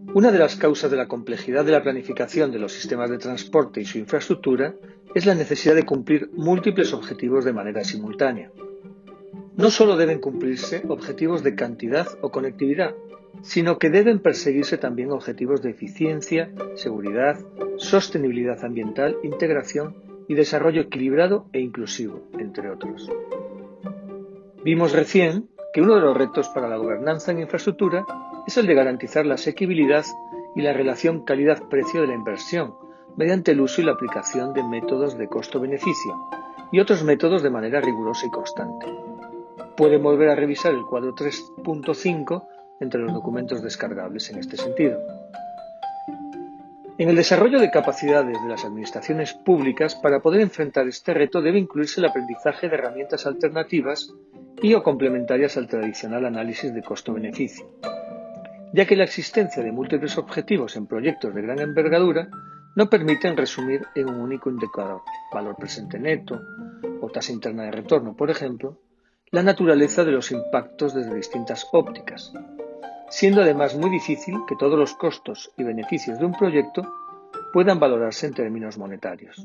Una de las causas de la complejidad de la planificación de los sistemas de transporte y su infraestructura es la necesidad de cumplir múltiples objetivos de manera simultánea. No solo deben cumplirse objetivos de cantidad o conectividad, sino que deben perseguirse también objetivos de eficiencia, seguridad, sostenibilidad ambiental, integración y desarrollo equilibrado e inclusivo, entre otros. Vimos recién que uno de los retos para la gobernanza en infraestructura es el de garantizar la asequibilidad y la relación calidad-precio de la inversión mediante el uso y la aplicación de métodos de costo-beneficio y otros métodos de manera rigurosa y constante. Pueden volver a revisar el cuadro 3.5 entre los documentos descargables en este sentido. En el desarrollo de capacidades de las administraciones públicas, para poder enfrentar este reto debe incluirse el aprendizaje de herramientas alternativas y o complementarias al tradicional análisis de costo-beneficio, ya que la existencia de múltiples objetivos en proyectos de gran envergadura no permiten resumir en un único indicador, valor presente neto o tasa interna de retorno, por ejemplo, la naturaleza de los impactos desde distintas ópticas, siendo además muy difícil que todos los costos y beneficios de un proyecto puedan valorarse en términos monetarios.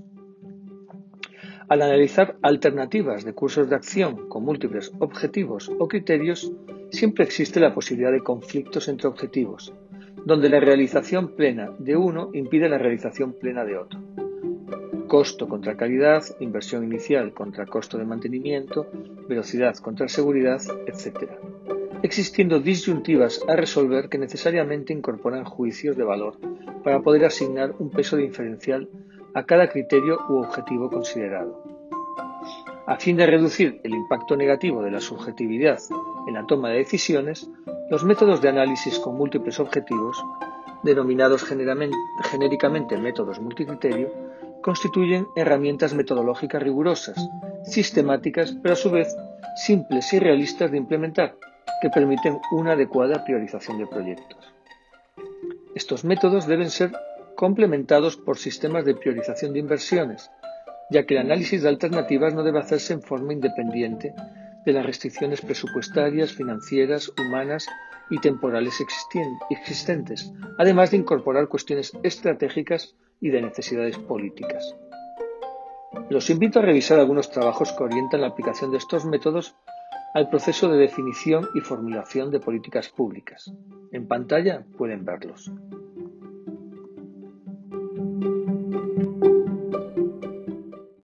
Al analizar alternativas de cursos de acción con múltiples objetivos o criterios, siempre existe la posibilidad de conflictos entre objetivos, donde la realización plena de uno impide la realización plena de otro. Costo contra calidad, inversión inicial contra costo de mantenimiento, velocidad contra seguridad, etc. Existiendo disyuntivas a resolver que necesariamente incorporan juicios de valor para poder asignar un peso diferencial a cada criterio u objetivo considerado. A fin de reducir el impacto negativo de la subjetividad en la toma de decisiones, los métodos de análisis con múltiples objetivos, denominados genéricamente métodos multicriterio, constituyen herramientas metodológicas rigurosas, sistemáticas, pero a su vez simples y realistas de implementar, que permiten una adecuada priorización de proyectos. Estos métodos deben ser complementados por sistemas de priorización de inversiones, ya que el análisis de alternativas no debe hacerse en forma independiente de las restricciones presupuestarias, financieras, humanas y temporales existentes, además de incorporar cuestiones estratégicas y de necesidades políticas. Los invito a revisar algunos trabajos que orientan la aplicación de estos métodos al proceso de definición y formulación de políticas públicas. En pantalla pueden verlos.